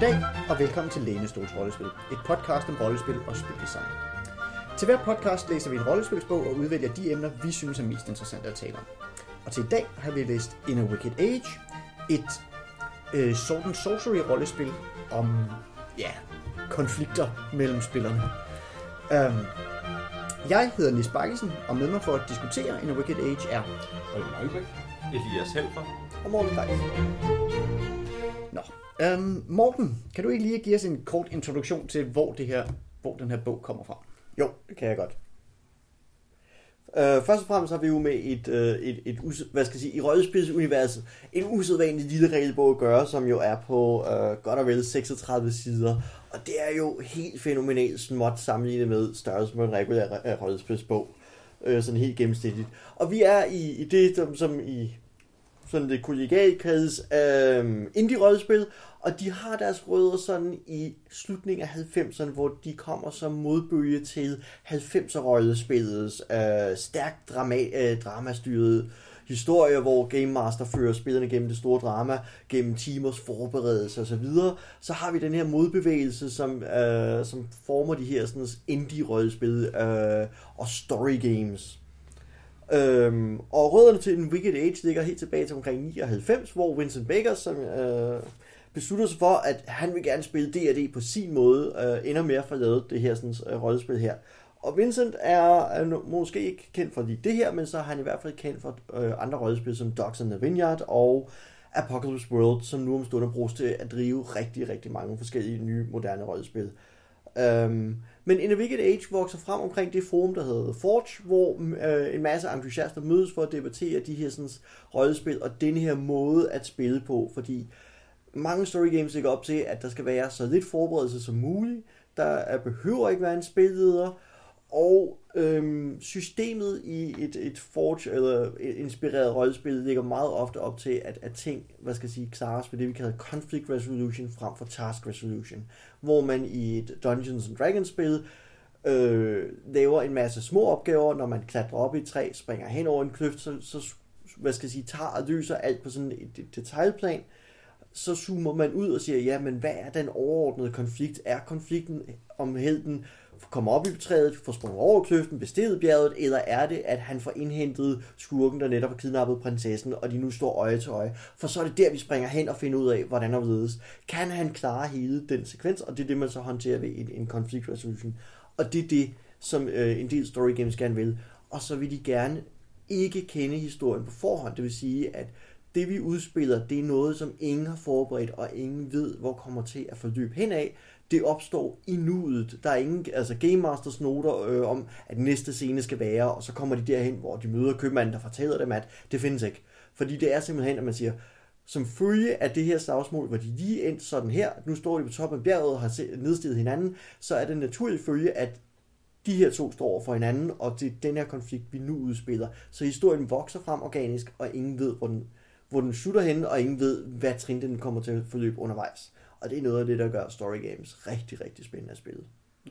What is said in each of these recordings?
Goddag og velkommen til Lænestols Rollespil, et podcast om rollespil og spildesign. Til hver podcast læser vi en rollespilsbog og udvælger de emner, vi synes er mest interessante at tale om. Og til i dag har vi læst In a Wicked Age, et Sword and Sorcery rollespil om konflikter mellem spillerne. Jeg hedder Nis Bakkesen, og med mig for at diskutere In a Wicked Age er Holger Nøglebæk, Elias Helfer og Morten Greis. Morten, kan du ikke lige give os en kort introduktion til, hvor den her bog kommer fra? Jo, det kan jeg godt. Først og fremmest har vi jo med i rollespilsuniverset en usædvanlig lille regelbog at gøre, som jo er på godt og vel 36 sider. Og det er jo helt fænomenalt småt sammenlignet med størrelsen på en regulær rollespilsbog. Sådan helt gennemsnitligt. Og vi er i det, som i sådan det kollegiale kreds indie-rollespil, og de har deres rødder sådan i slutningen af 90'erne, hvor de kommer som modbølge til 90'er-rollespillets stærkt dramastyrede historie, hvor Game Master fører spillerne gennem det store drama, gennem timers forberedelse osv. Så har vi den her modbevægelse, som former de her sådan indie-rollespil og story games. Og rødderne til den Wicked Age ligger helt tilbage til omkring 99, hvor Vincent Baker, som beslutter sig for, at han vil gerne spille D&D på sin måde, ender med at få lavet det her sådan, rollespil her. Og Vincent er måske ikke kendt for det her, men så er han i hvert fald kendt for andre rollespil som Dogs and the Vineyard og Apocalypse World, som nu om stunder bruges til at drive rigtig, rigtig mange forskellige nye moderne rollespil. Men In a Wicked Age vokser frem omkring det forum, der hedder Forge, hvor en masse entusiaster mødes for at debattere de her sådan, rollespil og denne her måde at spille på, fordi mange story games ligger op til, at der skal være så lidt forberedelse som muligt, der behøver ikke være en spilleder, og systemet i et Forge eller et inspireret rollespil ligger meget ofte op til, at ting, klares ved det, vi kalder conflict resolution frem for task resolution, hvor man i et Dungeons and Dragons spil laver en masse små opgaver, når man klatrer op i et træ, springer hen over en kløft, så tager og løser alt på sådan et detaljplan. Så zoomer man ud og siger, jamen hvad er den overordnede konflikt? Er konflikten om helten kommer op i træet, får sprunget over kløften, besteget bjerget, eller er det, at han får indhentet skurken, der netop har kidnappet prinsessen, og de nu står øje til øje? For så er det der, vi springer hen og finder ud af, hvordan og hvorledes. Kan han klare hele den sekvens? Og det er det, man så håndterer ved en conflict resolution. Og det er det, som en del story games gerne vil. Og så vil de gerne ikke kende historien på forhånd. Det vil sige, at det vi udspiller, det er noget, som ingen har forberedt, og ingen ved, hvor kommer til at forløbe henad. Det opstår i nuet. Der er ingen Game Masters noter om, at næste scene skal være, og så kommer de derhen, hvor de møder købmanden, der fortæller dem, at det findes ikke. Fordi det er simpelthen, at man siger, som følge af det her slagsmål, hvor de lige endte sådan her, nu står de på toppen af bjerget og har nedsteget hinanden, så er det naturligt følge, at de her to står over for hinanden, og det er den her konflikt, vi nu udspiller. Så historien vokser frem organisk, og ingen ved, hvor den slutter henne, og ingen ved, hvad trin den kommer til at forløbe undervejs. Og det er noget af det, der gør story games rigtig, rigtig spændende at spille.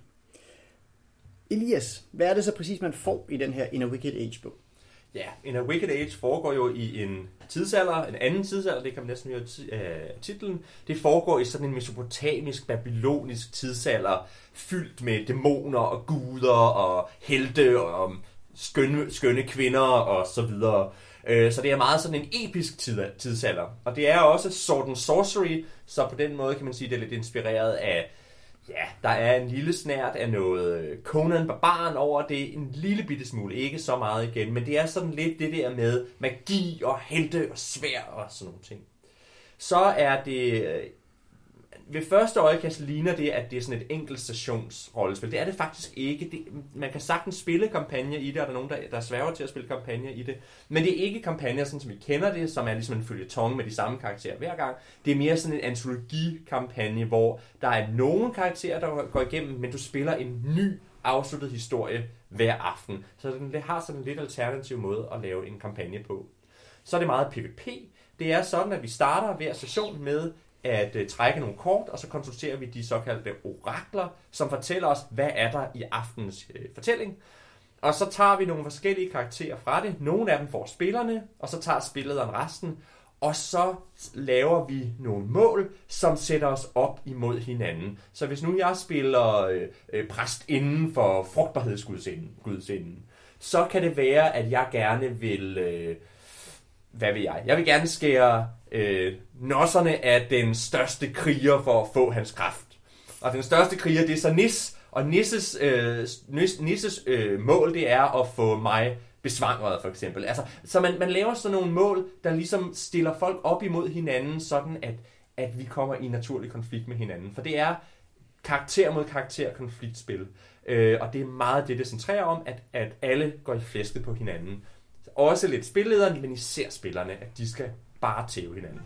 Elias, hvad er det så præcis, man får i den her In a Wicked Age-bog? Ja, In a Wicked Age foregår jo i en tidsalder, en anden tidsalder, det kan man næsten høre titlen. Det foregår i sådan en mesopotamisk, babylonisk tidsalder, fyldt med dæmoner og guder og helte og skønne kvinder og så videre. Så det er meget sådan en episk tidsalder. Og det er også Sword and Sorcery, så på den måde kan man sige, at det er lidt inspireret af, der er en lille snært af noget Conan Barbaren over det, en lille bitte smule, ikke så meget igen, men det er sådan lidt det der med magi og helte og sværd og sådan nogle ting. Så er det, ved første øjekast ligner det, at det er sådan et enkelt stationsrollespil. Det er det faktisk ikke. Man kan sagtens spille kampagner i det, og der er nogen, der sværger til at spille kampagner i det. Men det er ikke kampagner, sådan som vi kender det, som er ligesom en føljeton med de samme karakterer hver gang. Det er mere sådan en antologikampagne, hvor der er nogle karakterer, der går igennem, men du spiller en ny afsluttet historie hver aften. Så den har sådan en lidt alternativ måde at lave en kampagne på. Så er det meget PvP. Det er sådan, at vi starter hver session med at trække nogle kort, og så konsulterer vi de såkaldte orakler, som fortæller os, hvad er der i aftenens fortælling. Og så tager vi nogle forskellige karakterer fra det. Nogle af dem får spillerne, og så tager spillederen resten. og så laver vi nogle mål, som sætter os op imod hinanden. Så hvis nu jeg spiller præst inden for frugtbarhedsgudsinden, så kan det være, at jeg gerne vil... hvad vil jeg? Jeg vil gerne skære nosserne af den største kriger for at få hans kraft. Og den største kriger, det er så Nis. Og Nisses mål, det er at få mig besvangret, for eksempel. Altså, så man laver sådan nogle mål, der ligesom stiller folk op imod hinanden, sådan at vi kommer i naturlig konflikt med hinanden. For det er karakter mod karakter konfliktspil. Og det er meget det centrerer om, at alle går i flæsket på hinanden. Også lidt spillederne, men især spillerne, at de skal bare tæve hinanden.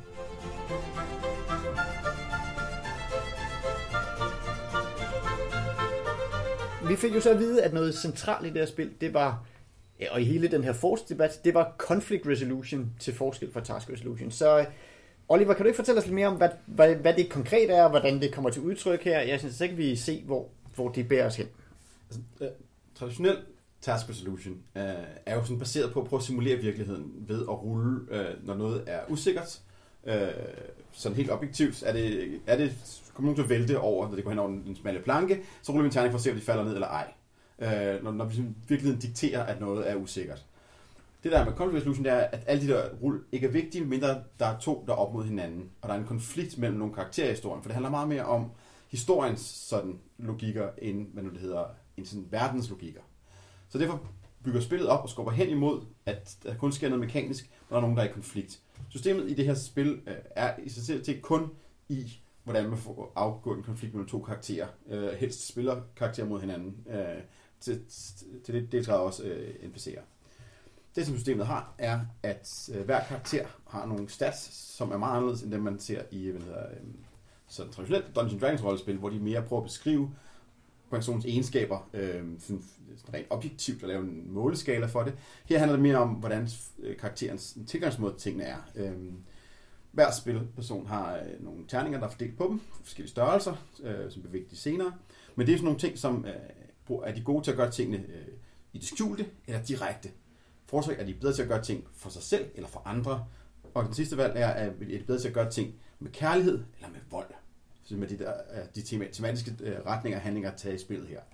Vi fik jo så at vide, at noget centralt i det her spil, det var, og i hele den her force-debat, det var conflict resolution til forskel fra task resolution. Så Oliver, kan du ikke fortælle os lidt mere om, hvad det konkret er, og hvordan det kommer til udtryk her? Jeg synes ikke, vi kan se, hvor det bærer os hen. Traditionelt task resolution er jo sådan baseret på at prøve at simulere virkeligheden ved at rulle, når noget er usikkert. Sådan helt objektivt kommer nogen til at vælte over, når det går hen over en smalle planke, så ruller vi en terning for at se, om de falder ned eller ej. Når vi virkeligheden dikterer, at noget er usikkert. Det der med conflict resolution, det er, at alle de der rull ikke er vigtige, mindre der er to, der er op mod hinanden, og der er en konflikt mellem nogle karakterer i historien, for det handler meget mere om historiens sådan logikker, end hvad nu det hedder, en sådan verdens logikker. Så derfor bygger spillet op og skubber hen imod, at der kun sker noget mekanisk, når der er nogen, der er i konflikt. Systemet i det her spil er i sig selv til kun i, hvordan man får afgået en konflikt mellem to karakterer. Helst spiller karakterer mod hinanden. Til det træder også NPC'er. Det, som systemet har, er, at hver karakter har nogle stats, som er meget anderledes, end dem, man ser i sådan traditionelt Dungeons & Dragons rollespil, hvor de mere prøver at beskrive personens egenskaber sådan rent objektivt og lave en måleskala for det. Her handler det mere om, hvordan karakterens tilgangsmåde til tingene er. Hver spilperson har nogle terninger, der er fordelt på dem, forskellige størrelser, som bliver vigtige senere. Men det er sådan nogle ting, som er de gode til at gøre tingene i det skjulte eller direkte. Foretræk er de bedre til at gøre ting for sig selv eller for andre. Og den sidste valg er, at de bedre til at gøre ting med kærlighed eller med vold. Så med de tematiske retninger og handlinger at tage i spillet her.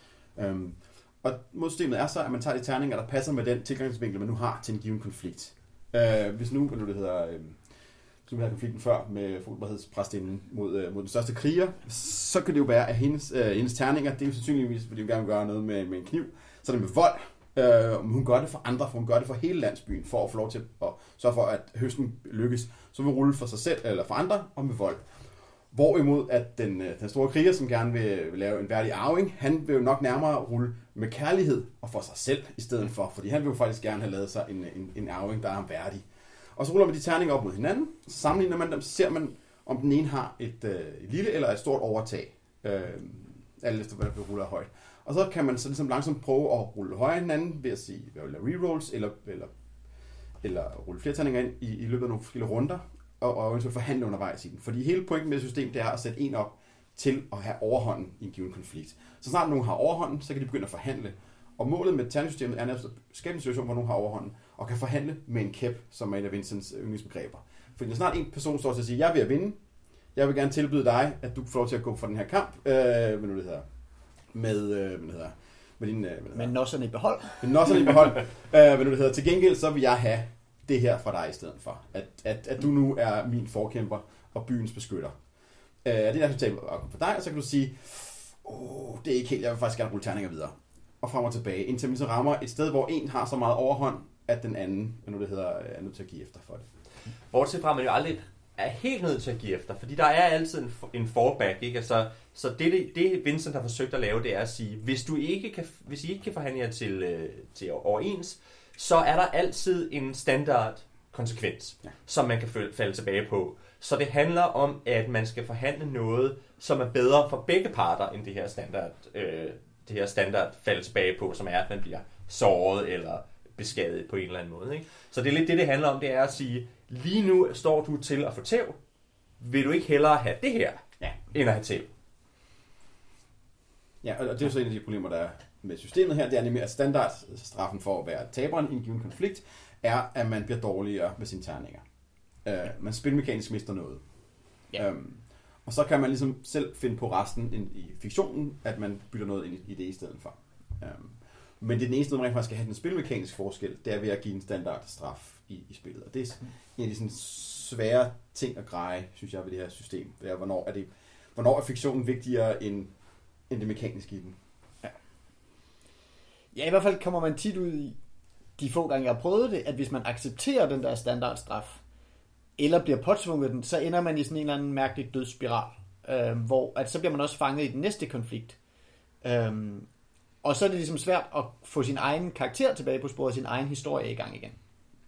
Og modsystemet er så, at man tager de terninger, der passer med den tilgangsvinkel, man nu har til en given konflikt. Hvis nu, hvad nu det hedder, som vi havde konflikten før med frugtbarhedspræstinden mod den største kriger, så kan det jo være, at hendes terninger, det er jo sandsynligvis, fordi hun gerne vil gøre noget med en kniv, så er det med vold. Hun gør det for andre, for hun gør det for hele landsbyen, for at få lov til at sørge for, at høsten lykkes. Så vil hun rulle for sig selv eller for andre, og med vold. Hvorimod at den store kriger, som gerne vil lave en værdig arving, han vil jo nok nærmere rulle med kærlighed og for sig selv i stedet for, fordi han vil jo faktisk gerne have lavet sig en arving, der er ham værdig. Og så ruller man de terninger op mod hinanden, så sammenligner man dem, så ser man, om den ene har et lille eller et stort overtag, alt efter hvad der bliver rullet højt. Og så kan man så ligesom langsomt prøve at rulle højere end anden ved at sige, hvad vil lave rerolls, eller rulle flere terninger ind i løbet af nogle forskellige runder, og eventuelt forhandle undervejs i den. Fordi hele pointen med systemet, det er at sætte en op til at have overhånden i en given konflikt. Så snart nogen har overhånden, så kan de begynde at forhandle. Og målet med terningssystemet er netop at skabe en situation, hvor nogen har overhånden, og kan forhandle med en kæp, som er en af Vincents yndlingsbegreber. Fordi når snart en person står til at sige, jeg vil at vinde, jeg vil gerne tilbyde dig, at du får lov til at gå for den her kamp, med nosserne i behold. Med nosserne i behold. Til gengæld, så vil jeg have det her fra dig i stedet for. At du nu er min forkæmper og byens beskytter. Det er der acceptabelt for dig, og så kan du sige, det er ikke helt, jeg vil faktisk gerne rulle terninger videre. Og frem og tilbage, indtil man så rammer et sted, hvor en har så meget overhånd, at den anden, er nødt til at give efter for det. Bortset fra, at man jo aldrig er helt nødt til at give efter, fordi der er altid en fallback, ikke? Altså, så det Vincent har forsøgt at lave, det er at sige, hvis I ikke kan forhandle jer til overens, så er der altid en standard konsekvens, som man kan falde tilbage på. Så det handler om, at man skal forhandle noget, som er bedre for begge parter, end det her standard falde tilbage på, som er, at man bliver såret eller beskadiget på en eller anden måde. Ikke? Så det er lidt det handler om, det er at sige, lige nu står du til at få tæv. Vil du ikke hellere have det her, end at have tæv? Ja, og det er jo så en af de problemer, der er med systemet her. Det er nemlig, at standardstraffen for at være taberen i en given konflikt, er, at man bliver dårligere med sine terninger. Man spilmekanisk mister noget. Ja. Og så kan man ligesom selv finde på resten i fiktionen, at man bytter noget ind i det i stedet for. Men det er den eneste måde, man faktisk skal have den spilmekaniske forskel, det er ved at give en standard straf i spillet. Og det er en af de sådan svære ting at greje, synes jeg, ved det her system. Det er, hvornår er fiktionen vigtigere end det mekaniske i den. Ja, i hvert fald kommer man tit ud i, de få gange jeg har prøvet det, at hvis man accepterer den der standardstraf, eller bliver påtvunget den, så ender man i sådan en eller anden mærkelig dødsspiral, hvor at så bliver man også fanget i den næste konflikt. Og så er det ligesom svært at få sin egen karakter tilbage på sporet, sin egen historie i gang igen.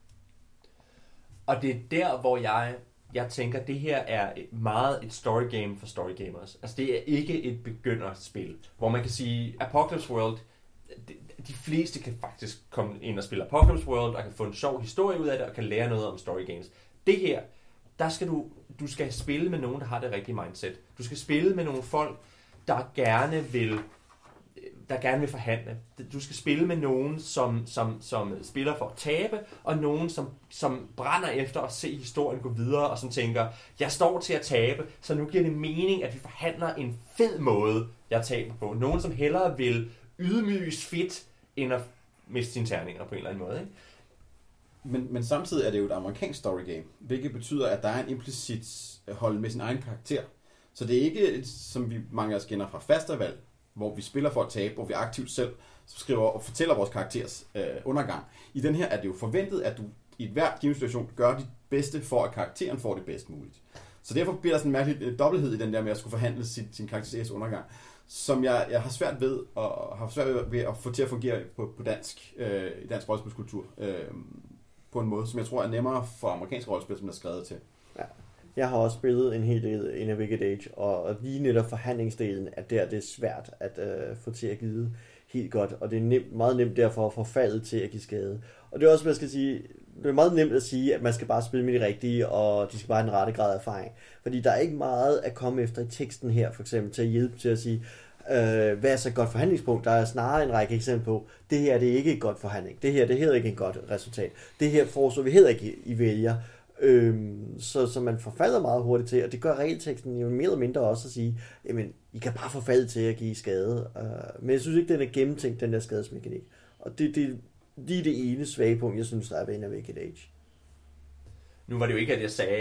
Og det er der, hvor jeg tænker, at det her er meget et story game for story gamers. Altså det er ikke et begynderspil, hvor man kan sige, Apocalypse World, de fleste kan faktisk komme ind og spille Apocalypse World, og kan få en sjov historie ud af det, og kan lære noget om story games. Det her, der skal du skal spille med nogen, der har det rigtige mindset. Du skal spille med nogle folk, der gerne vil forhandle. Du skal spille med nogen, som spiller for at tabe, og nogen, som brænder efter at se historien gå videre, og som tænker, jeg står til at tabe, så nu giver det mening, at vi forhandler en fed måde, jeg taber på. Nogen, som hellere vil ydmyges fedt, end at miste sine terninger på en eller anden måde. Ikke? Men samtidig er det jo et amerikansk story game, hvilket betyder, at der er en implicit hold med sin egen karakter. Så det er ikke, som vi mange af os kender fra fastervalg, hvor vi spiller for at tabe, hvor vi aktivt selv skriver og fortæller vores karakteres undergang. I den her er det jo forventet, at du i hver given situation gør dit bedste for, at karakteren får det bedst muligt. Så derfor bliver der sådan en mærkelig dobbelthed i den der med at skulle forhandle sin karakteres undergang, som jeg har svært ved at få til at fungere på dansk, i dansk rollespilskultur, på en måde, som jeg tror er nemmere for amerikanske rollespil, som der er skrevet til. Ja. Jeg har også spillet en hel del in a Wicked Age, og lige netop forhandlingsdelen, at det er svært at få til at give helt godt, og det er meget nemt derfor at få faldet til at give skade. Og det er også, hvad jeg skal sige, det er meget nemt at sige, at man skal bare spille med de rigtige, og de skal bare have en rette grad af erfaring. Fordi der er ikke meget at komme efter i teksten her, for eksempel, til at hjælpe til at sige, hvad er så et godt forhandlingspunkt? Der er snarere en række eksempler på, det her det er ikke et godt forhandling, det her det er heller ikke et godt resultat, det her foreslår vi heller ikke, I vælger. Så man forfalder meget hurtigt til, og det gør regelteksten jo mere eller mindre også at sige, jamen, I kan bare forfalde til at give skade. Men jeg synes ikke, den er gennemtænkt, den der skadesmekanik. Og det er lige det ene svage punkt, jeg synes, der er ved en af Wicked Age. Nu var det jo ikke, at jeg sagde,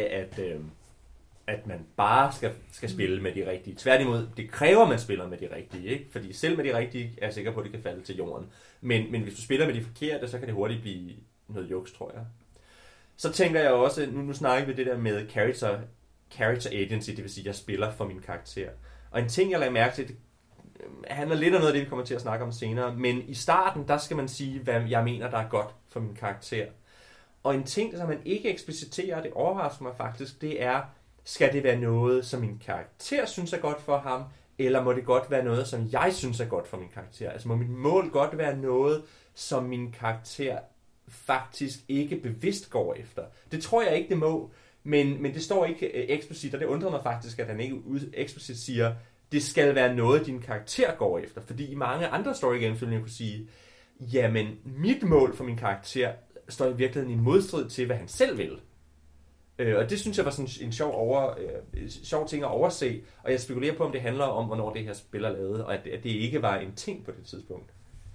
at man bare skal spille med de rigtige. Tværtimod, det kræver, at man spiller med de rigtige, ikke? Fordi selv med de rigtige er jeg sikker på, at det kan falde til jorden. Men hvis du spiller med de forkerte, så kan det hurtigt blive noget juks, tror jeg. Så tænker jeg også, nu snakker vi det der med character agency, det vil sige, at jeg spiller for min karakter. Og en ting, jeg lader mærke til, det handler lidt om noget af det, vi kommer til at snakke om senere, men i starten, der skal man sige, hvad jeg mener, der er godt for min karakter. Og en ting, som man ikke ekspliciterer, det overrasker mig faktisk, det er, skal det være noget, som min karakter synes er godt for ham, eller må det godt være noget, som jeg synes er godt for min karakter? Altså må mit mål godt være noget, som min karakter faktisk ikke bevidst går efter. Det tror jeg ikke, det må, men det står ikke eksplicit, og det undrer mig faktisk, at han ikke eksplicit siger, det skal være noget, din karakter går efter. Fordi i mange andre story games vil jeg kunne sige, jamen, mit mål for min karakter står i virkeligheden i modstrid til, hvad han selv vil. Og det synes jeg var sådan en sjov ting at overse, og jeg spekulerer på, om det handler om, hvornår det her spil er lavet, og at det ikke var en ting på det tidspunkt.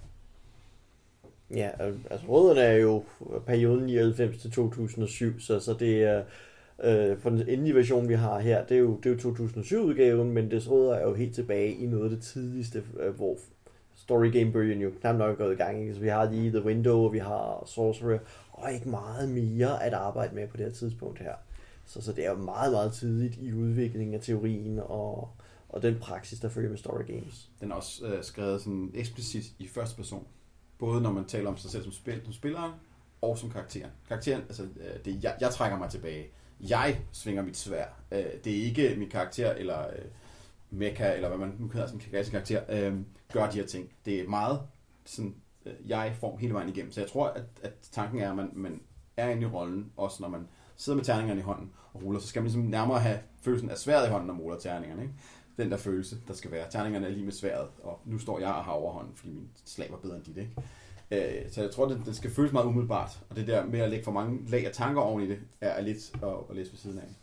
Ja, altså rødderne er jo perioden 99 til 2007, så det er for den endelige version, vi har her, det er jo 2007-udgaven, men dets rødder er jo helt tilbage i noget af det tidligste, hvor story game-bølgen jo knap nok er gået i gang. Ikke? Så vi har lige The Window, og vi har Sorcerer, og ikke meget mere at arbejde med på det her tidspunkt her. Så det er jo meget, meget tidligt i udviklingen af teorien og den praksis, der følger med story games. Den er også skrevet sådan eksplicit i første person. Både når man taler om sig selv som spilleren, og som karakteren. Karakteren, altså det jeg trækker mig tilbage. Jeg svinger mit sværd. Det er ikke min karakter, eller mecha, eller hvad man nu kalder sin karakter, gør de her ting. Det er meget sådan, jeg-form hele vejen igennem. Så jeg tror, at tanken er, at man er inde i rollen, også når man sidder med terningerne i hånden og ruller, så skal man ligesom nærmere have følelsen af sværdet i hånden, når man ruller terningerne. Ikke? Den der følelse, der skal være. Terningerne er lige med sværdet, og nu står jeg og har overhånden, fordi min slag var bedre end dit. Ikke? Så jeg tror, den skal føles meget umiddelbart. Og det der med at lægge for mange lag af tanker oven i det, er lidt at læse ved siden af.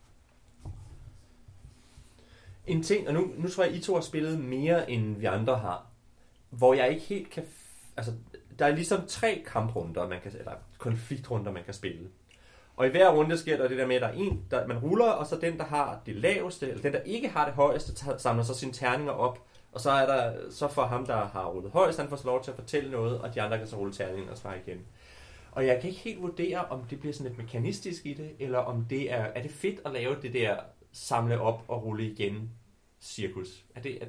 En ting, og nu tror jeg, I to har spillet mere, end vi andre har, hvor jeg ikke helt kan... Altså, der er ligesom 3 kamprunder, eller konfliktrunder, man kan spille. Og i hver runde sker der det der med, at der er en, man ruller, og så den, der har det laveste, eller den, der ikke har det højeste, samler så sine terninger op. Og så er der så for ham, der har rullet højst, han får lov til at fortælle noget, og de andre kan så rulle terningen og svare igen. Og jeg kan ikke helt vurdere, om det bliver sådan lidt mekanistisk i det, eller om det er det fedt at lave det der samle op og rulle igen cirkus.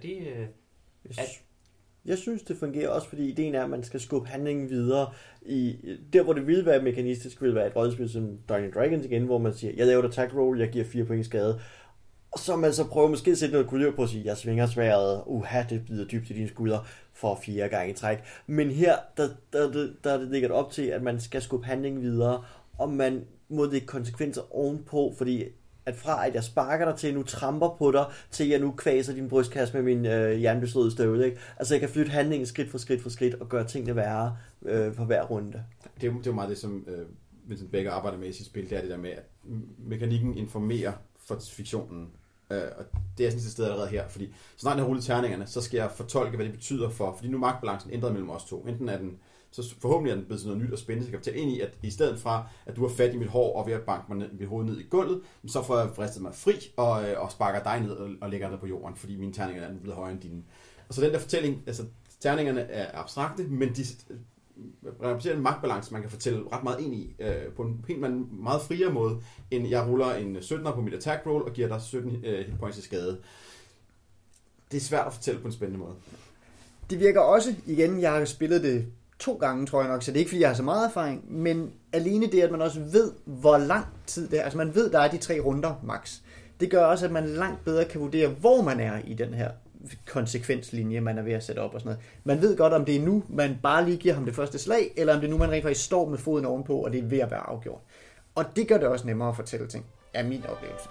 Jeg synes, det fungerer også, fordi ideen er, at man skal skubbe handlingen videre. Der, hvor det ville være mekanistisk, ville være et rollespil som Dungeons & Dragons igen, hvor man siger, jeg laver et attack roll, jeg giver 4 point skade. Og så man så prøver måske at sætte noget kulør på at sige, jeg svinger sværet, det bider dybt i dine skulder for 4 gange i træk. Men her, der ligger det op til, at man skal skubbe handlingen videre, og man må lægge konsekvenser ovenpå, fordi at fra at jeg sparker dig til, at jeg nu tramper på dig, til at jeg nu kvaser din brystkasse med min jernbeslåede støvle. Ikke? Altså jeg kan flytte handlingen skridt for skridt og gøre tingene værre på hver runde. Det er jo meget det, som Vincent Baker arbejder med i sit spil, det er det der med, at mekanikken informerer for fiktionen. Og det er sådan et sted allerede her, fordi så snart jeg har rullet terningerne, så skal jeg fortolke, hvad det betyder fordi nu er magtbalancen ændret mellem os to. Enten er den, så forhåbentlig er den blevet sådan noget nyt og spændende, så jeg kan fortælle ind i, at i stedet fra, at du har fat i mit hår og ved at banke mit hoved ned i gulvet, så får jeg fristet mig fri og sparker dig ned og lægger dig på jorden, fordi mine terninger er blevet højere end dine. Og så den der fortælling, altså terningerne er abstrakte, men de repræsenterer en magtbalance, man kan fortælle ret meget ind i, på en helt meget friere måde, end jeg ruller en 17'er på mit attack roll og giver dig 17 hit points i skade. Det er svært at fortælle på en spændende måde. Det virker også, igen, jeg har spillet det 2 gange, tror jeg nok, så det er ikke, fordi jeg har så meget erfaring, men alene det, at man også ved, hvor lang tid det er, altså man ved, der er de 3 runder max, det gør også, at man langt bedre kan vurdere, hvor man er i den her konsekvenslinje, man er ved at sætte op og sådan noget. Man ved godt, om det er nu, man bare lige giver ham det første slag, eller om det er nu, man rent faktisk står med foden ovenpå, og det er ved at være afgjort. Og det gør det også nemmere at fortælle ting, er min oplevelse.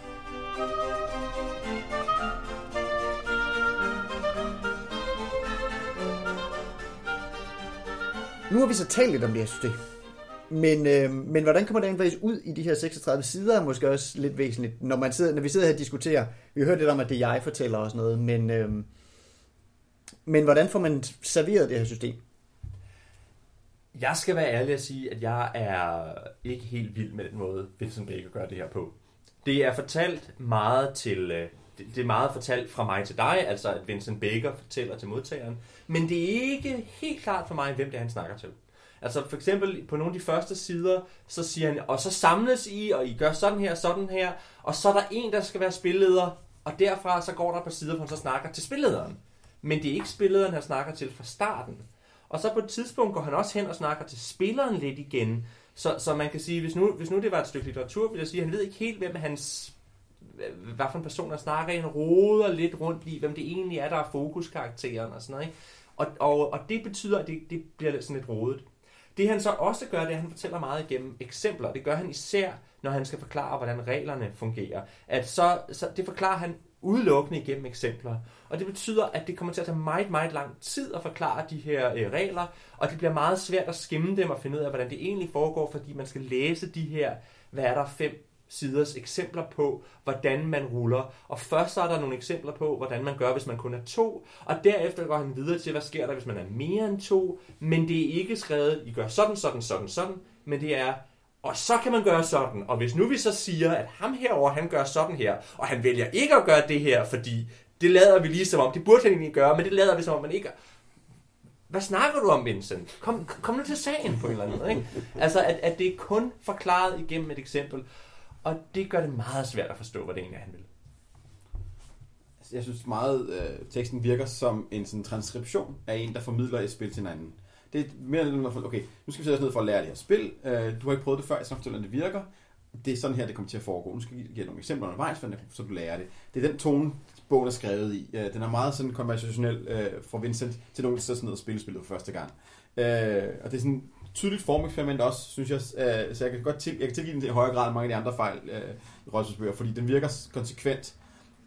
Nu har vi så talt lidt om det her system. Men hvordan kommer det egentlig ud i de her 36 sider, er måske også lidt væsentligt, når vi sidder her og diskuterer. Vi har hørt lidt om, at det er jeg fortæller og sådan noget, men hvordan får man serveret det her system? Jeg skal være ærlig at sige, at jeg er ikke helt vild med den måde, Vincent Baker gør det her på. Det er fortalt meget til... Det er meget fortalt fra mig til dig, altså at Vincent Baker fortæller til modtageren, men det er ikke helt klart for mig, hvem det er, han snakker til. Altså for eksempel på nogle af de første sider, så siger han, og så samles I, og I gør sådan her, og så er der en, der skal være spilleder, og derfra så går der på sider, hvor han så snakker til spillederen. Men det er ikke spillederen, han snakker til fra starten. Og så på et tidspunkt går han også hen og snakker til spilleren lidt igen, så man kan sige, hvis nu det var et stykke litteratur, vil jeg sige, han ved ikke helt, hvem hvad for en person, der snakker i en roder lidt rundt i, hvem det egentlig er, der er fokuskarakteren og sådan noget. Ikke? Og det betyder, at det bliver sådan lidt rodet. Det han så også gør, det er, at han fortæller meget igennem eksempler. Det gør han især, når han skal forklare, hvordan reglerne fungerer. At så det forklarer han udelukkende igennem eksempler. Og det betyder, at det kommer til at tage meget, meget lang tid at forklare de her regler, og det bliver meget svært at skimme dem og finde ud af, hvordan det egentlig foregår, fordi man skal læse de her, hvad er der 5 siders eksempler på, hvordan man ruller. Og først så er der nogle eksempler på, hvordan man gør, hvis man kun er 2. Og derefter går han videre til, hvad sker der, hvis man er mere end 2. Men det er ikke skrevet, I gør sådan. Men det er, og så kan man gøre sådan. Og hvis nu vi så siger, at ham herover han gør sådan her, og han vælger ikke at gøre det her, fordi det lader vi lige som om, det burde han egentlig gøre, men det lader vi som om, man ikke gør. Hvad snakker du om, Vincent? Kom nu til sagen på en eller anden måde. Ikke? Altså, at det er kun forklaret igennem et eksempel. Og det gør det meget svært at forstå, hvad det egentlig er, han vil. Jeg synes meget, teksten virker som en sådan transkription af en, der formidler et spil til en anden. Det er mere eller mindre, okay, nu skal vi sætte os ned for at lære det her spil. Du har ikke prøvet det før, jeg skal fortælle, at det virker. Det er sådan her, det kommer til at foregå. Nu skal vi give nogle eksempler undervejs, så du lærer det. Det er den tone, bogen er skrevet i. Den er meget sådan konversationel fra Vincent til nogen, der sidder ned og spiller spillet for første gang. Og det er sådan tydeligt formeksperiment også, synes jeg, så jeg kan tilgive den til i højere grad end mange af de andre fejl i rollespilsbøger, fordi den virker konsekvent,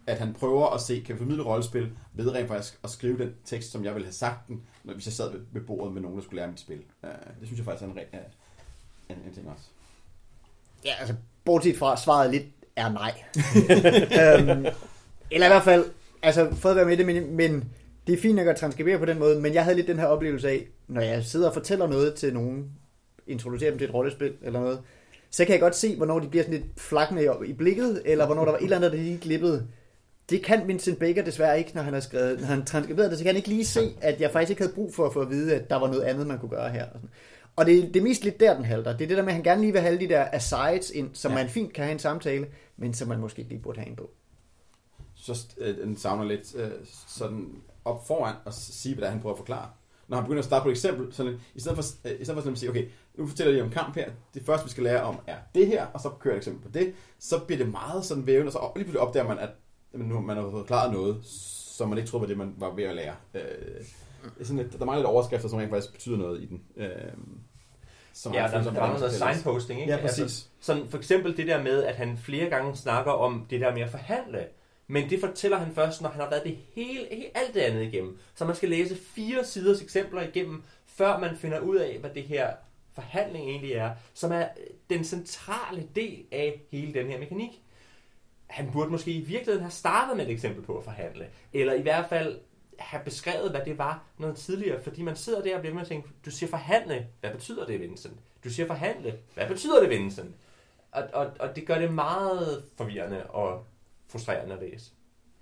at han prøver at se, kan vi formidle rollespil ved rent faktisk at skrive den tekst, som jeg ville have sagt den, hvis jeg sad ved bordet med nogen, der skulle lære mit spil. Det synes jeg faktisk er en ting også. Ja, altså, bortset fra svaret lidt er nej. Eller i hvert fald, altså, fået at være med det, men det er fint nok at transkribere på den måde, men jeg havde lidt den her oplevelse af, når jeg sidder og fortæller noget til nogen, introducerer dem til et rollespil eller noget, så kan jeg godt se, hvornår de bliver sådan lidt flakkende i blikket, eller hvornår der var et eller andet, der lige glippede. Det kan Vincent Baker desværre ikke, når han har skrevet, når han transkriberede det, så kan han ikke lige se, at jeg faktisk ikke havde brug for at få at vide, at der var noget andet, man kunne gøre her. Og det er mest lidt der, den halter. Det er det der med, at han gerne lige vil have alle de der asides ind, som man fint kan have en samtale, men som man måske ikke lige burde have en på. Så den savner lidt sådan op foran og sige, hvad der han prøver at forklare. Når han begynder at starte på et eksempel, sådan, i stedet for at sige, okay, nu fortæller jeg om kamp her, det første vi skal lære om er det her, og så kører jeg et eksempel på det, så bliver det meget sådan vævende, og så lige pludselig opdager man, at nu man har forklaret noget, som man ikke troede var det, man var ved at lære. Sådan, der mangler lidt overskrifter, som rent faktisk betyder noget i den. Der er noget signposting, ikke? Ja, præcis. Altså, sådan for eksempel det der med, at han flere gange snakker om det der med at forhandle, men det fortæller han først, når han har været det alt det andet igennem. Så man skal læse 4 siders eksempler igennem, før man finder ud af, hvad det her forhandling egentlig er, som er den centrale del af hele den her mekanik. Han burde måske i virkeligheden have startet med et eksempel på at forhandle, eller i hvert fald have beskrevet, hvad det var noget tidligere, fordi man sidder der og bliver med at tænke, du siger forhandle, hvad betyder det, Vincent? Du siger forhandle, hvad betyder det, Vincent? Og det gør det meget forvirrende og frustrerende at læse.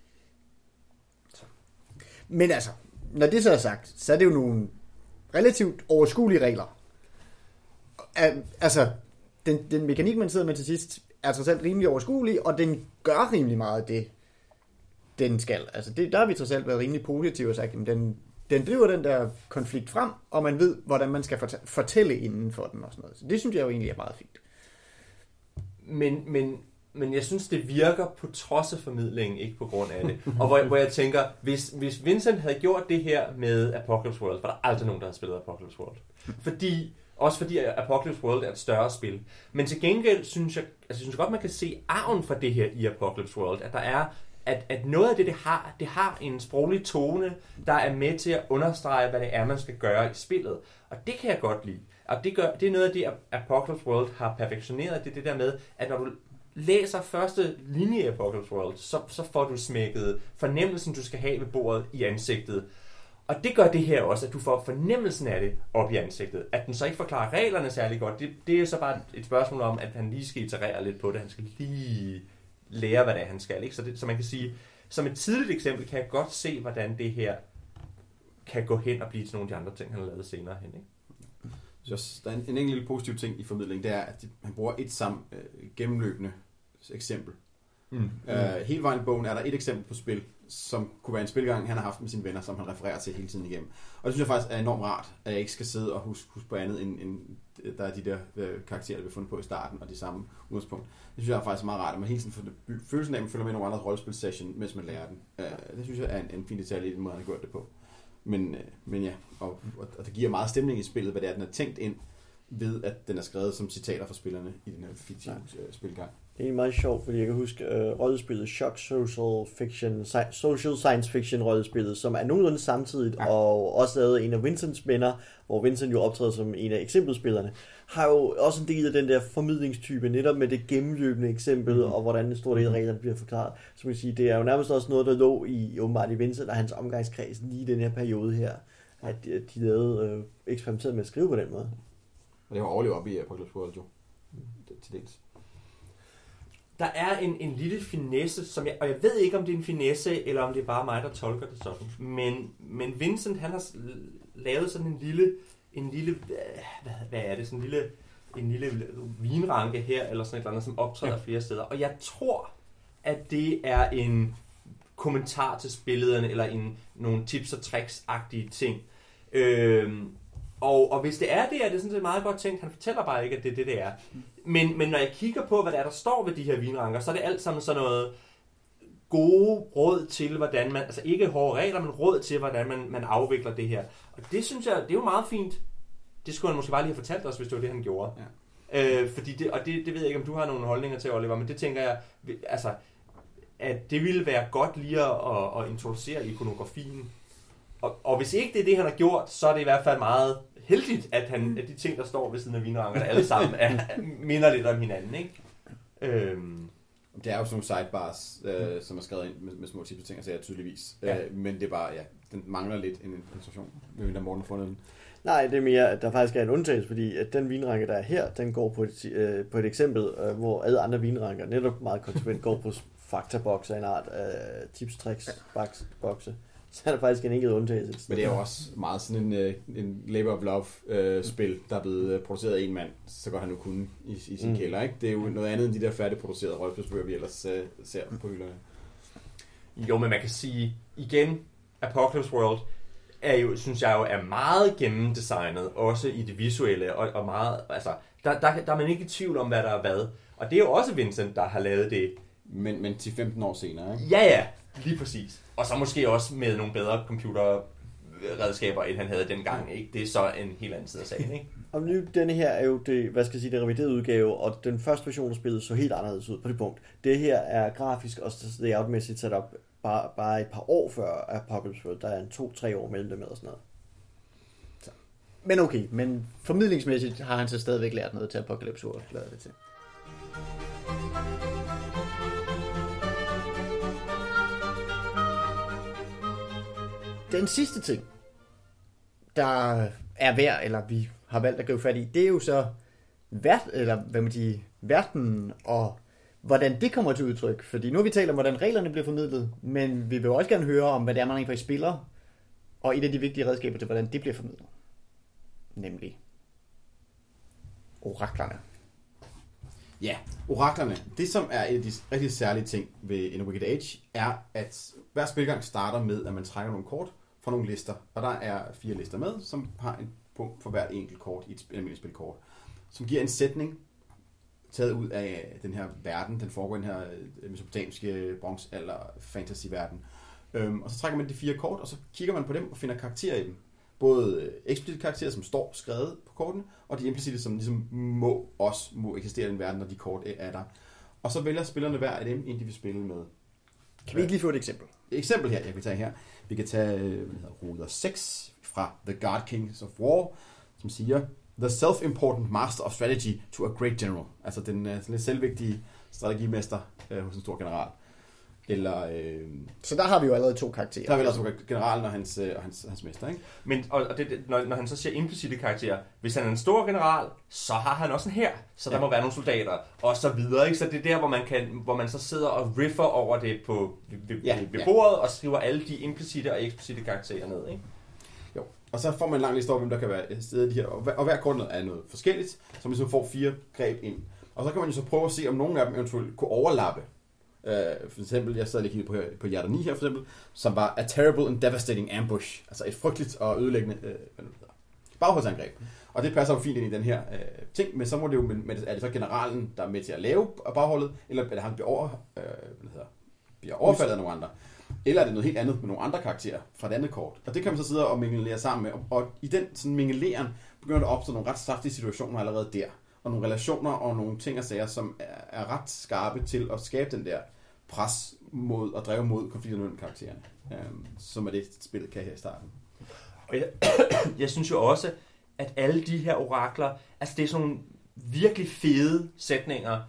Men altså, når det så er sagt, så er det jo nogle relativt overskuelige regler. Altså, den mekanik, man sidder med til sidst, er trods alt rimelig overskuelig, og den gør rimelig meget det, den skal. Altså, der har vi trods alt været rimelig positive og sagt, at den driver den der konflikt frem, og man ved, hvordan man skal fortælle inden for den og sådan noget. Så det synes jeg jo egentlig er meget fint. Men jeg synes, det virker på trods af formidlingen, ikke på grund af det. Og hvor jeg tænker, hvis Vincent havde gjort det her med Apocalypse World, var der aldrig nogen, der havde spillet Apocalypse World. Fordi Apocalypse World er et større spil. Men til gengæld synes jeg godt, man kan se arven fra det her i Apocalypse World, at der er at noget af det har en sproglig tone, der er med til at understrege, hvad det er, man skal gøre i spillet. Og det kan jeg godt lide. Og det er noget af det, Apocalypse World har perfektioneret. Det er det der med, at når du læser første linje af Apocalypse World, så får du smækket fornemmelsen, du skal have ved bordet i ansigtet. Og det gør det her også, at du får fornemmelsen af det op i ansigtet. At den så ikke forklarer reglerne særlig godt, det er så bare et spørgsmål om, at han lige skal iterere lidt på det. Han skal lige lære, hvad det er, han skal. Ikke? Så man kan sige, som et tidligt eksempel, kan jeg godt se, hvordan det her kan gå hen og blive til nogle af de andre ting, han har lavet senere hen. Ikke? Så der er en enkelt lille positiv ting i formidlingen, det er, at han bruger et gennemløbende eksempel. Hele vejen i bogen er der et eksempel på spil, som kunne være en spilgang, han har haft med sine venner, som han refererer til hele tiden igennem. Og det synes jeg faktisk er enormt rart, at jeg ikke skal sidde og huske på andet, end der er de der karakterer, der vi fundet på i starten, og de samme udgangspunkt. Det synes jeg er faktisk meget rart, at man hele tiden får følelsen af, at man følger med nogle andre rollespil-session, mens man lærer den. Det synes jeg er en fin detalje i den måde, han har gjort det på. Men ja, og det giver meget stemning i spillet, hvad det er, den er tænkt ind ved, at den er skrevet som citater fra spillerne i den her fiktive spilgang. Det er meget sjovt, fordi jeg kan huske rollespillet Shock Social Science Fiction rollespillet, som er nogenlunde samtidigt, og også lavet en af Vincents venner, hvor Vincent jo optræder som en af eksempelspillerne, har jo også en del af den der formidlingstype, netop med det gennemløbende eksempel, og hvordan en stor del af reglerne bliver forklaret. Så man kan sige, det er jo nærmest også noget, der lå i åbenbart i Vincent og hans omgangskreds lige i den her periode her, at de lavede eksperimenteret med at skrive på den måde. Og det var overlevet op i Apocalypse World jo, til dels. Der er en lille finesse, og jeg ved ikke, om det er en finesse, eller om det er bare mig, der tolker det sådan. Men Vincent, han har lavet sådan en lille hvad er det, sådan en lille vinranke her, eller sådan et eller andet, som optræder flere steder. Og jeg tror, at det er en kommentar til billederne, eller nogle tips og tricks-agtige ting. Og hvis det er det sådan set meget godt tænkt. Han fortæller bare ikke, at det er det er. Men når jeg kigger på, hvad der står ved de her vinranker, så er det alt sammen sådan noget gode råd til, hvordan man, altså ikke hårde regler, men råd til, hvordan man afvikler det her. Og det synes jeg, det er jo meget fint. Det skulle han måske bare lige have fortalt os, hvis det var det, han gjorde. Ja. Fordi det ved jeg ikke, om du har nogle holdninger til, Oliver, men det tænker jeg, altså at det ville være godt lige at introducere ikonografien. Og hvis ikke det han har gjort, så er det i hvert fald meget heldigt, at de ting, der står ved siden af vinrankerne, alle sammen minder lidt om hinanden, ikke? Det er jo sådan nogle sidebars, som er skrevet ind med små tips og ting, og sager tydeligvis. Ja. Men det er bare, den mangler lidt en illustration. Hvem der Morten har fundet den? Nej, det er mere, at der faktisk er en undtagelse, fordi at den vinranke, der er her, den går på et eksempel, hvor alle andre vinranker netop meget konsekvent går på faktabokser, en art tips, tricks, bokse. Så er der faktisk en enkelt undtagelse. Men det er jo også meget sådan en labor of love spil, der er blevet produceret af en mand, så godt han nu kunne i sin kælder, ikke? Det er jo noget andet end de der færdigproducerede rollespilsbøger, vi ellers ser på hylderne. Jo, men man kan sige, igen, Apocalypse World synes jeg er meget gennemdesignet, også i det visuelle, og meget, altså, der er man ikke i tvivl om, hvad der er hvad. Og det er jo også Vincent, der har lavet det. Men 10-15 år senere, ikke? Ja, lige præcis. Og så måske også med nogle bedre computerredskaber, end han havde dengang, ikke? Det er så en helt anden side af sagen, ikke? Og nu, denne her er jo det, det reviderede udgave, og den første version af spillet så helt anderledes ud på det punkt. Det her er grafisk og layoutmæssigt sat op bare et par år før Apocalypse World. Der er 2-3 år mellem dem og sådan noget. Så. Men okay, men formidlingsmæssigt har han så stadigvæk lært noget til Apocalypse World, lader det til. Den sidste ting, der er værd, eller vi har valgt at gå fat i, det er jo så verden og hvordan det kommer til udtryk. Fordi nu har vi talt om, hvordan reglerne bliver formidlet, men vi vil også gerne høre om, hvad det er, man rent faktisk spiller, og et af de vigtige redskaber til, hvordan det bliver formidlet. Nemlig oraklerne. Ja, oraklerne. Det, som er et af de rigtig særlige ting ved In a Wicked Age, er, at hver spilgang starter med, at man trækker nogle kort fra nogle lister. Og der er 4 lister med, som har en punkt for hvert enkelt kort i et almindeligt spilkort. Som giver en sætning taget ud af den her verden. Den foregår i den her mesopotamiske bronzealder fantasy-verden. Og så trækker man de 4 kort, og så kigger man på dem og finder karakterer i dem. Både eksplicite karakterer, som står skrevet på kortene, og de implicite, som ligesom må eksistere i den verden, når de kort er der. Og så vælger spillerne hver af dem, inden de vil spille med. Kan vi ikke lige få et eksempel? Et eksempel her, jeg kan tage her. Vi kan tage Ruder 6 fra The God Kings of War, som siger, The self-important master of strategy to a great general. Altså den lidt selvvigtige strategimester hos en stor general. Eller, så der har vi jo allerede 2 karakterer. Der har vi allerede 2 generalen og hans mester, ikke? Men når han så siger implicite karakterer, hvis han er en stor general, så har han også en hær, så der må være nogle soldater, og så videre, ikke? Så det er der, hvor man så sidder og riffer over det ved bordet, og skriver alle de implicite og eksplicite karakterer ned, ikke? Jo, og så får man en lang liste over, hvem der kan være stedet i de her, og hver kort er noget forskelligt, så man ligesom får 4 greb ind. Og så kan man jo så prøve at se, om nogle af dem eventuelt kunne overlappe. For eksempel, jeg sad lige kigget på Hjerter 9 her for eksempel, som var A Terrible and Devastating Ambush, altså et frygteligt og ødelæggende bagholdsangreb. Og det passer jo fint ind i den her ting, men så må det jo, er det så generalen, der er med til at lave bagholdet, eller han bliver overfaldet af nogle andre, eller er det noget helt andet med nogle andre karakterer fra et andet kort. Og det kan man så sidde og mingelere sammen med, og i den sådan mingeleren begynder der at opstå nogle ret saftige situationer allerede der, og nogle relationer og nogle ting og sager, som er ret skarpe til at skabe den der pres mod og drive mod konflikter mellem karaktererne, som er det, spillet kan her i starten. Og jeg synes jo også, at alle de her orakler, altså det er sådan nogle virkelig fede sætninger,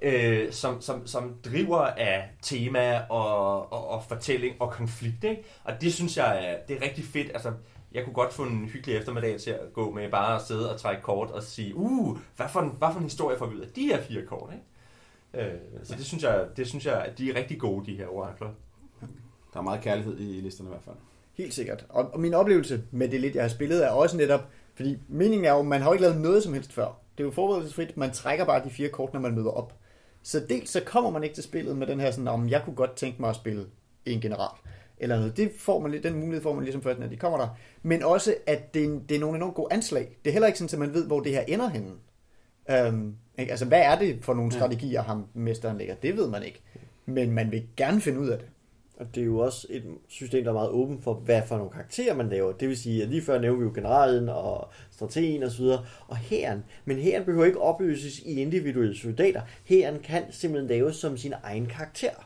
som driver af tema og fortælling og konflikt, ikke? Og det synes jeg, det er rigtig fedt. Altså, jeg kunne godt få en hyggelig eftermiddag til at gå med bare at sidde og trække kort og sige, hvad for en historie får vi ud af de her 4 kort, ikke? Så det synes jeg, at de er rigtig gode, de her orakler. Der er meget kærlighed i listerne i hvert fald. Helt sikkert. Og min oplevelse med det lidt, jeg har spillet, er også netop, fordi meningen er jo, man har jo ikke lavet noget som helst før. Det er jo forberedelsesfrit, man trækker bare de 4 kort, når man møder op. Så dels så kommer man ikke til spillet med den her sådan, om jeg kunne godt tænke mig at spille en general. Eller noget. Det får man, den mulighed får man ligesom først, når de kommer der. Men også, at det er nogle enormt gode anslag. Det er heller ikke sådan, at man ved, hvor det her ender henne. Altså, hvad er det for nogle strategier, ham mesteren lægger? Det ved man ikke. Men man vil gerne finde ud af det. Og det er jo også et system, der er meget åbent for, hvad for nogle karakterer man laver. Det vil sige, at lige før nævner vi jo generalen og strategen osv. Og hæren. Men hæren behøver ikke opløses i individuelle soldater. Hæren kan simpelthen laves som sin egen karakter.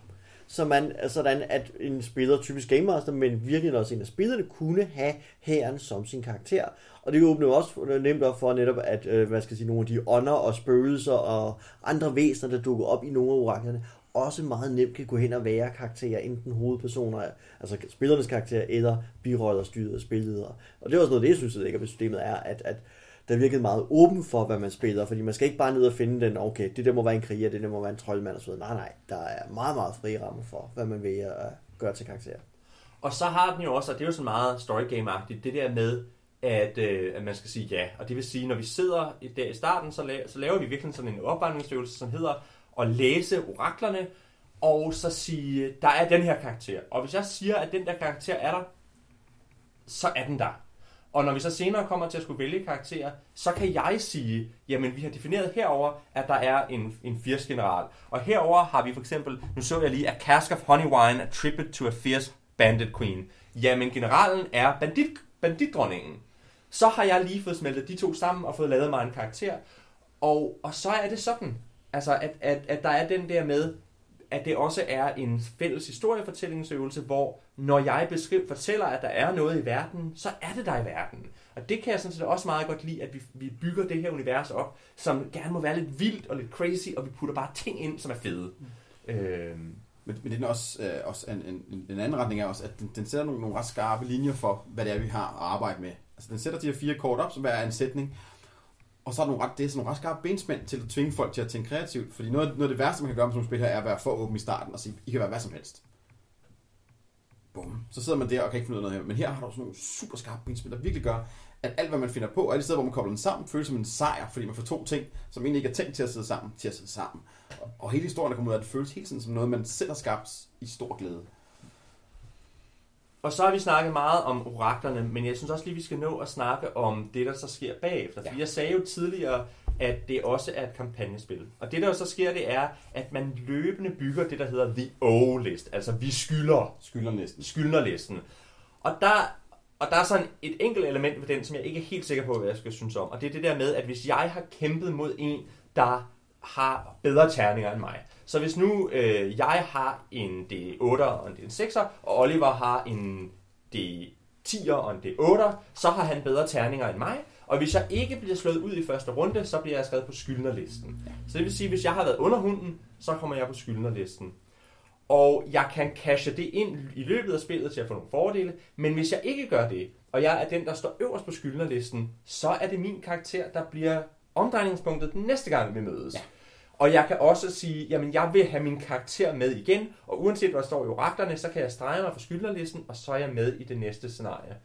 sådan at en spiller, typisk Game Master, men virkelig også en af spillerne, kunne have hæren som sin karakter. Og det åbner jo også nemt op for netop, at nogle af de ånder og spøgelser og andre væsener, der dukker op i nogle af oraklerne, også meget nemt kan gå hen og være karakterer, enten hovedpersoner, altså spillernes karakterer, eller biroller styret af spilledere. Og det er også noget, det jeg synes, det ligger ved systemet, er, at der virkelig meget åben for, hvad man spiller, fordi man skal ikke bare ned og finde den, okay, det der må være en kriger, det der må være en troldmand og så videre. Nej, der er meget, meget fri ramme for, hvad man vil at gøre til karakterer. Og så har den jo også, og det er jo sådan meget story game-agtigt, det der med, at man skal sige ja. Og det vil sige, når vi sidder der i starten, så laver vi virkelig sådan en opvarmningsøvelse, som hedder at læse oraklerne, og så sige, der er den her karakter. Og hvis jeg siger, at den der karakter er der, så er den der. Og når vi så senere kommer til at skulle vælge karakterer, så kan jeg sige, jamen vi har defineret herover, at der er en fierce general. Og herover har vi for eksempel, nu så jeg lige, A Cask of Honey Wine, A Tribute to a Fierce Bandit Queen. Jamen generalen er banditdronningen. Så har jeg lige fået smeltet de to sammen og fået lavet mig en karakter. Og så er det sådan, altså at der er den der med, at det også er en fælles historiefortællingsøvelse, hvor når jeg fortæller, at der er noget i verden, så er det der i verden. Og det kan jeg sådan set også meget godt lide, at vi bygger det her univers op, som gerne må være lidt vildt og lidt crazy, og vi putter bare ting ind, som er fede. Men det er også en anden retning er også, at den sætter nogle ret skarpe linjer for, hvad det er, vi har at arbejde med. Altså den sætter de her 4 kort op, som hver er en sætning, og så er det sådan nogle ret skarpe benspænd til at tvinge folk til at tænke kreativt. Fordi noget af det værste, man kan gøre med sådan nogle spil her, er at være for åben i starten og sige, I kan være hvad som helst. Bum. Så sidder man der og kan ikke finde noget her. Men her har du sådan nogle super skarpe benspænd, der virkelig gør, at alt hvad man finder på, og alle steder, hvor man kobler den sammen, føles som en sejr, fordi man får 2 ting, som egentlig ikke er tænkt til at sidde sammen, Og hele historien, der kommer ud af det, føles helt sådan som noget, man selv har skabt i stor glæde. Og så har vi snakket meget om oraklerne, men jeg synes også lige, vi skal nå at snakke om det, der så sker bagefter. Ja. Jeg sagde jo tidligere, at det også er et kampagnespil. Og det, der jo så sker, det er, at man løbende bygger det, der hedder The O-list. Altså, vi skyldnerlisten. Og der er sådan et enkelt element ved den, som jeg ikke er helt sikker på, hvad jeg skal synes om. Og det er det der med, at hvis jeg har kæmpet mod en, der har bedre terninger end mig. Så hvis nu jeg har en D8'er og en D6'er, og Oliver har en D10'er og en D8'er, så har han bedre terninger end mig. Og hvis jeg ikke bliver slået ud i første runde, så bliver jeg skrevet på skyldnerlisten. Så det vil sige, at hvis jeg har været under hunden, så kommer jeg på skyldnerlisten. Og jeg kan cashe det ind i løbet af spillet til at få nogle fordele. Men hvis jeg ikke gør det, og jeg er den, der står øverst på skyldnerlisten, så er det min karakter, der bliver omdrejningspunktet den næste gang, vi mødes. Ja. Og jeg kan også sige, jamen jeg vil have min karakter med igen, og uanset hvad der står i oraklerne, så kan jeg strege mig for skyldnerlisten, og så er jeg med i det næste scenarie.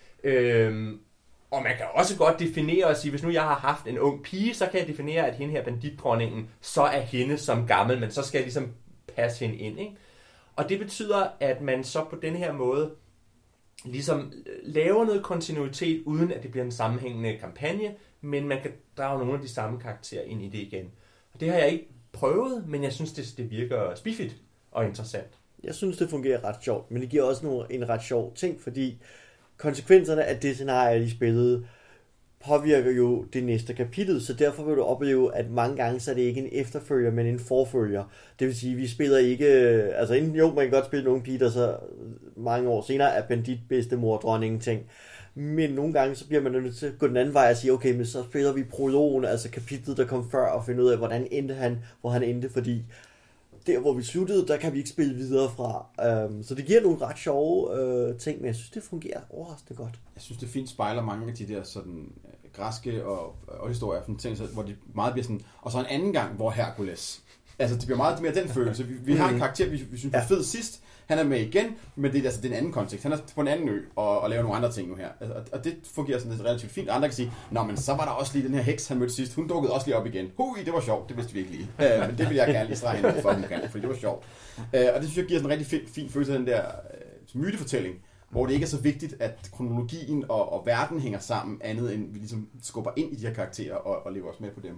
Og man kan også godt definere og sige, hvis nu jeg har haft en ung pige, så kan jeg definere, at hende her banditdronningen, så er hende som gammel, men så skal jeg ligesom passe hende ind, ikke? Og det betyder, at man så på den her måde ligesom laver noget kontinuitet, uden at det bliver en sammenhængende kampagne, men man kan drage nogle af de samme karakterer ind i det igen. Og det har jeg ikke prøvet, men jeg synes, det virker spiffigt og interessant. Jeg synes, det fungerer ret sjovt, men det giver også en ret sjov ting, fordi konsekvenserne af det scenarie, de spillede, påvirker jo det næste kapitel, så derfor vil du opleve, at mange gange så er det ikke en efterfølger, men en forfølger. Det vil sige, at vi spiller ikke, altså jo, man kan godt spille nogle piger, der så mange år senere er bandit bedstemor dronningen ting, men nogle gange så bliver man nødt til at gå den anden vej og sige, okay, men så spiller vi prologen, altså kapitlet, der kom før, og finde ud af, hvordan endte han, hvor han endte, fordi der, hvor vi sluttede, der kan vi ikke spille videre fra. Så det giver nogle ret sjove ting, men jeg synes, det fungerer overraskende godt. Jeg synes, det fint spejler mange af de der sådan græske og historier, ting, hvor de meget bliver sådan, og så en anden gang, hvor Herkules. Altså, det bliver meget mere den følelse. Vi har en karakter, vi synes var fed sidst. Han er med igen, men det er en anden kontekst. Han er på en anden ø og laver nogle andre ting nu her. Altså, og det fungerer sådan lidt relativt fint. Andre kan sige, nå, men så var der også lige den her heks, han mødte sidst. Hun dukkede også lige op igen. Det var sjovt. Det vidste vi ikke lige. Men det vil jeg gerne lige strege hende for, hun kan, fordi det var sjovt. Og det synes jeg giver sådan en rigtig fin følelse af den der mytefortælling, hvor det ikke er så vigtigt, at kronologien og verden hænger sammen, andet end vi ligesom skubber ind i de her karakterer og lever os med på dem.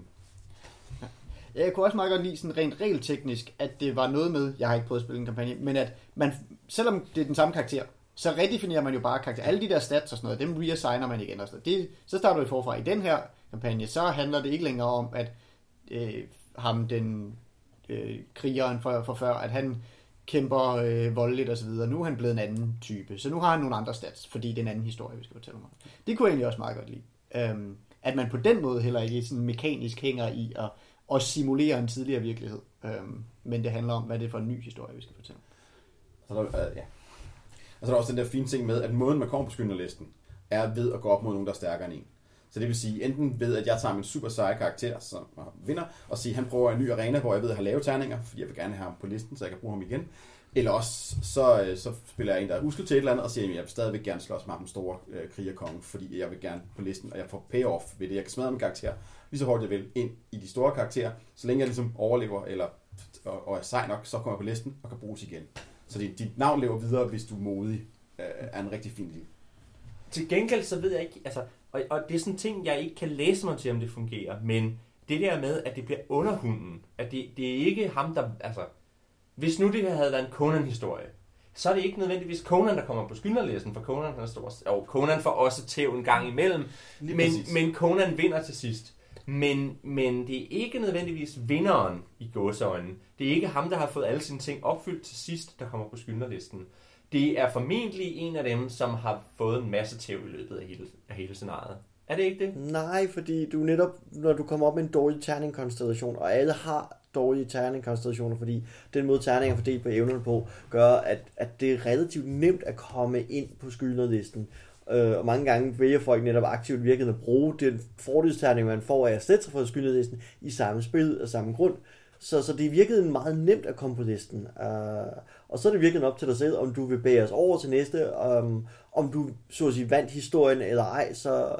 Jeg kunne også meget godt lide sådan rent regelteknisk, at det var noget med, jeg har ikke prøvet at spille en kampagne, men at man, selvom det er den samme karakter, så redefinerer man jo bare karakter. Alle de der stats og sådan noget, dem reassigner man igen og sådan noget. Så starter du forfra. I den her kampagne, så handler det ikke længere om, at ham, den krigeren for før, at han kæmper voldeligt og så videre. Nu er han blevet en anden type, så nu har han nogle andre stats, fordi det er en anden historie, vi skal fortælle om. Det kunne jeg egentlig også meget godt lide. At man på den måde heller ikke sådan mekanisk hænger i at simulere en tidligere virkelighed. Men det handler om, hvad det er for en ny historie, vi skal fortælle. Så er der også den der fine ting med, at måden man kommer på skynderlisten, er ved at gå op mod nogen, der er stærkere end en. Så det vil sige, enten ved, at jeg tager min super seje karakter, som vinder, og siger, at han prøver en ny arena, hvor jeg ved at have lave terninger, fordi jeg vil gerne have ham på listen, så jeg kan bruge ham igen. Eller også, så spiller jeg en, der er uskel til et eller andet, og siger, at jeg vil stadigvæk gerne slås med den store krigerkonge, fordi jeg vil gerne på listen, og jeg får payoff ved det. Jeg kan smadre min karakter lige så hårdt jeg vil ind i de store karakterer, så længe jeg ligesom overlever og er sej nok, så kommer jeg på listen og kan bruges igen. Så dit navn lever videre, hvis du er modig, er en rigtig fin liv. Til gengæld så ved jeg ikke, altså, og det er sådan en ting, jeg ikke kan læse mig til, om det fungerer, men det der med, at det bliver underhunden, at det er ikke ham, der, altså, hvis nu det havde været en Conan-historie, så er det ikke nødvendigvis Conan, der kommer på skynderlisten, for Conan, han står, og Conan får også tæv en gang imellem, men Conan vinder til sidst. Men det er ikke nødvendigvis vinderen i gåseøjne. Det er ikke ham, der har fået alle sine ting opfyldt til sidst, der kommer på skynderlisten. Det er formentlig en af dem, som har fået en masse tæv i løbet af hele scenariet. Er det ikke det? Nej, fordi du netop, når du kommer op med en dårlig terningkonstellation, og alle har dårlige terningkonstellationer, fordi den måde terninger fordelt på evnerne på, gør, at det er relativt nemt at komme ind på skynderlisten. Og mange gange vælger folk netop aktivt virkelig at bruge den fordelsterning, man får af at sætte sig for skynderlisten i samme spil og samme grund. Så det er virkelig meget nemt at komme på listen. Og så er det virkelig op til dig selv, om du vil bære os over til næste, om du så at sige vandt historien eller ej.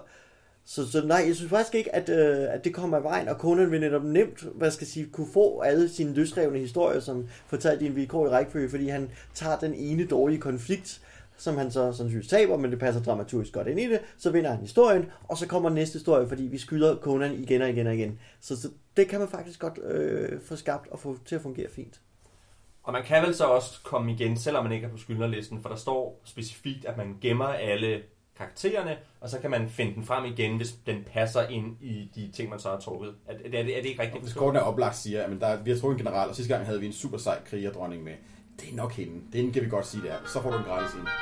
Så nej, jeg synes faktisk ikke, at det kommer i vejen, og Conan vil netop nemt, kunne få alle sine løsrevne historier, som fortalt i en vilkår i rækkefølge, fordi han tager den ene dårlige konflikt, som han så sandsynligvis taber, men det passer dramaturgisk godt ind i det, så vinder han historien, og så kommer næste historie, fordi vi skylder Conan igen og igen og igen. Så det kan man faktisk godt få skabt og få til at fungere fint. Og man kan vel så også komme igen, selvom man ikke er på skylderlisten, for der står specifikt, at man gemmer alle karaktererne, og så kan man finde den frem igen, hvis den passer ind i de ting, man så har trukket. Er det ikke rigtigt? Hvis korten er oplagt siger, at vi har trukket en general, og sidste gang havde vi en super sej krigerdronning med. Det er nok hende. Det er hende, kan vi godt sige, det er. Så får du en gratis ind.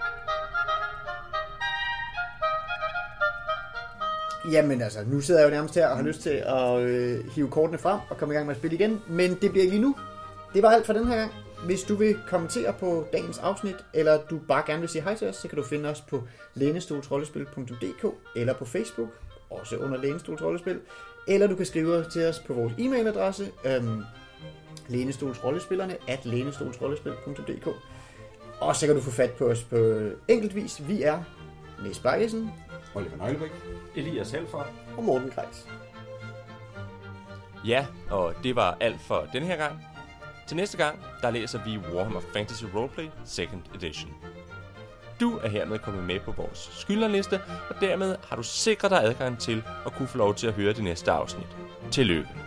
Jamen altså, nu sidder jeg jo nærmest her og har lyst til at hive kortene frem og komme i gang med at spille igen, men det bliver ikke lige nu. Det var alt for den her gang. Hvis du vil kommentere på dagens afsnit, eller du bare gerne vil sige hej til os, så kan du finde os på lænestolsrollespil.dk eller på Facebook, også under Lænestolsrollespil, eller du kan skrive til os på vores e-mailadresse, lænestolsrollespillerne@lænestolsrollespil.dk. Og så kan du få fat på os på enkeltvis. Vi er Niels Bakkesen, Oliver Nøglebæk, Elias Helfer og Morten Kreis. Ja, og det var alt for denne her gang. Til næste gang, der læser vi Warhammer Fantasy Roleplay 2nd Edition. Du er hermed kommet med på vores skylderliste, og dermed har du sikret dig adgang til at kunne få lov til at høre det næste afsnit. Tillykke!